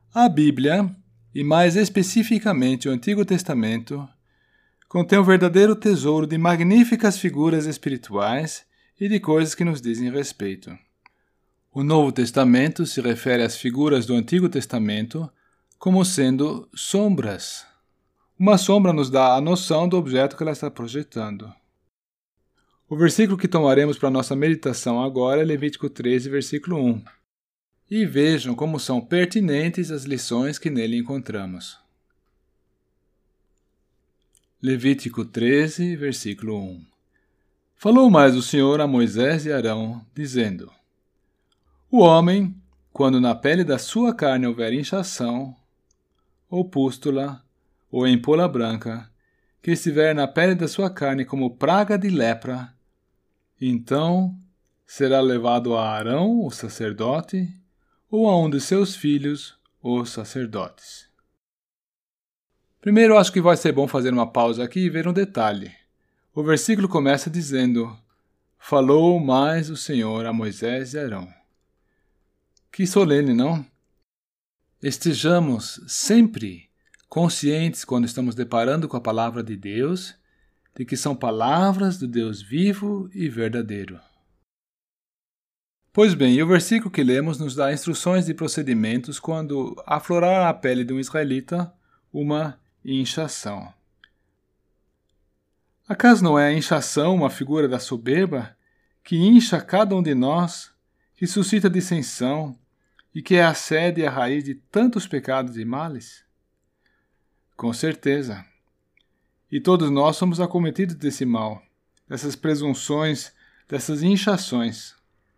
A Bíblia, e mais especificamente o Antigo Testamento, contém um verdadeiro tesouro de magníficas figuras espirituais e de coisas que nos dizem respeito. O Novo Testamento se refere às figuras do Antigo Testamento como sendo sombras. Uma sombra nos dá a noção do objeto que ela está projetando. O versículo que tomaremos para nossa meditação agora é Levítico 13, versículo 1. E vejam como são pertinentes as lições que nele encontramos. Levítico 13, versículo 1. Falou mais o Senhor a Moisés e Arão, dizendo: O homem, quando na pele da sua carne houver inchação, ou pústula, ou empola branca, que estiver na pele da sua carne como praga de lepra, então será levado a Arão, o sacerdote, ou a um de seus filhos, os sacerdotes. Primeiro, acho que vai ser bom fazer uma pausa aqui e ver um detalhe. O versículo começa dizendo: Falou mais o Senhor a Moisés e Arão. Que solene, não? Estejamos sempre conscientes, quando estamos deparando com a palavra de Deus, de que são palavras do Deus vivo e verdadeiro. Pois bem, o versículo que lemos nos dá instruções de procedimentos quando aflorar a pele de um israelita uma inchação. Acaso não é a inchação uma figura da soberba que incha cada um de nós, que suscita dissensão e que é a sede e a raiz de tantos pecados e males? Com certeza. E todos nós somos acometidos desse mal, dessas presunções, dessas inchações.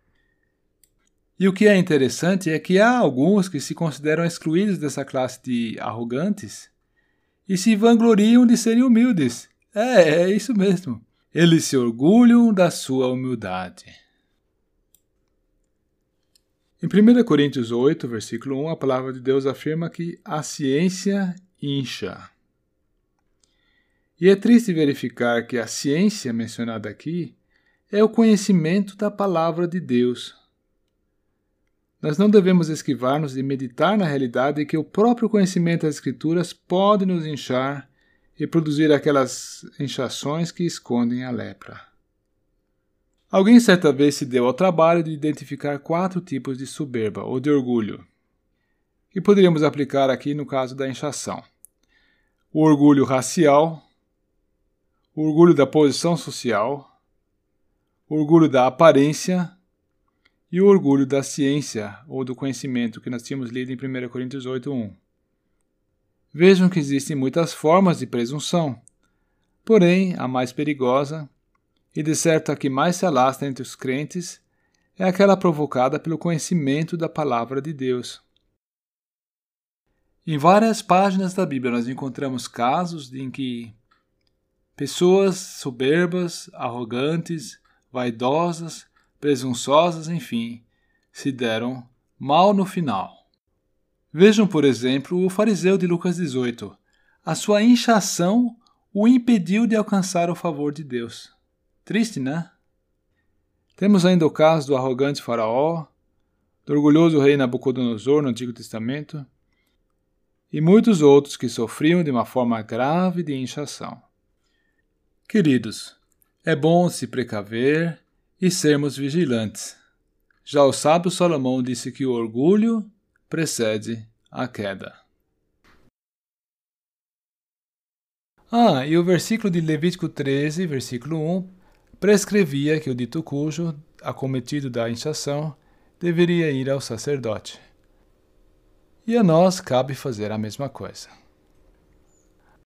E o que é interessante é que há alguns que se consideram excluídos dessa classe de arrogantes e se vangloriam de serem humildes. É isso mesmo. Eles se orgulham da sua humildade. Em 1 Coríntios 8, versículo 1, a palavra de Deus afirma que a ciência incha. E é triste verificar que a ciência mencionada aqui é o conhecimento da palavra de Deus. Nós não devemos esquivar-nos de meditar na realidade de que o próprio conhecimento das Escrituras pode nos inchar e produzir aquelas inchações que escondem a lepra. Alguém certa vez se deu ao trabalho de identificar 4 tipos de soberba ou de orgulho, que poderíamos aplicar aqui no caso da inchação. O orgulho racial, o orgulho da posição social, o orgulho da aparência e o orgulho da ciência ou do conhecimento que nós tínhamos lido em 1 Coríntios 8, 1. Vejam que existem muitas formas de presunção, porém a mais perigosa, e de certo a que mais se alastra entre os crentes, é aquela provocada pelo conhecimento da palavra de Deus. Em várias páginas da Bíblia nós encontramos casos em que pessoas soberbas, arrogantes, vaidosas, presunçosas, enfim, se deram mal no final. Vejam, por exemplo, o fariseu de Lucas 18. A sua inchação o impediu de alcançar o favor de Deus. Triste, né? Temos ainda o caso do arrogante faraó, do orgulhoso rei Nabucodonosor no Antigo Testamento, e muitos outros que sofriam de uma forma grave de inchação. Queridos, é bom se precaver e sermos vigilantes. Já o sábio Salomão disse que o orgulho precede a queda. E o versículo de Levítico 13, versículo 1, prescrevia que o dito cujo, acometido da inchação, deveria ir ao sacerdote. E a nós cabe fazer a mesma coisa.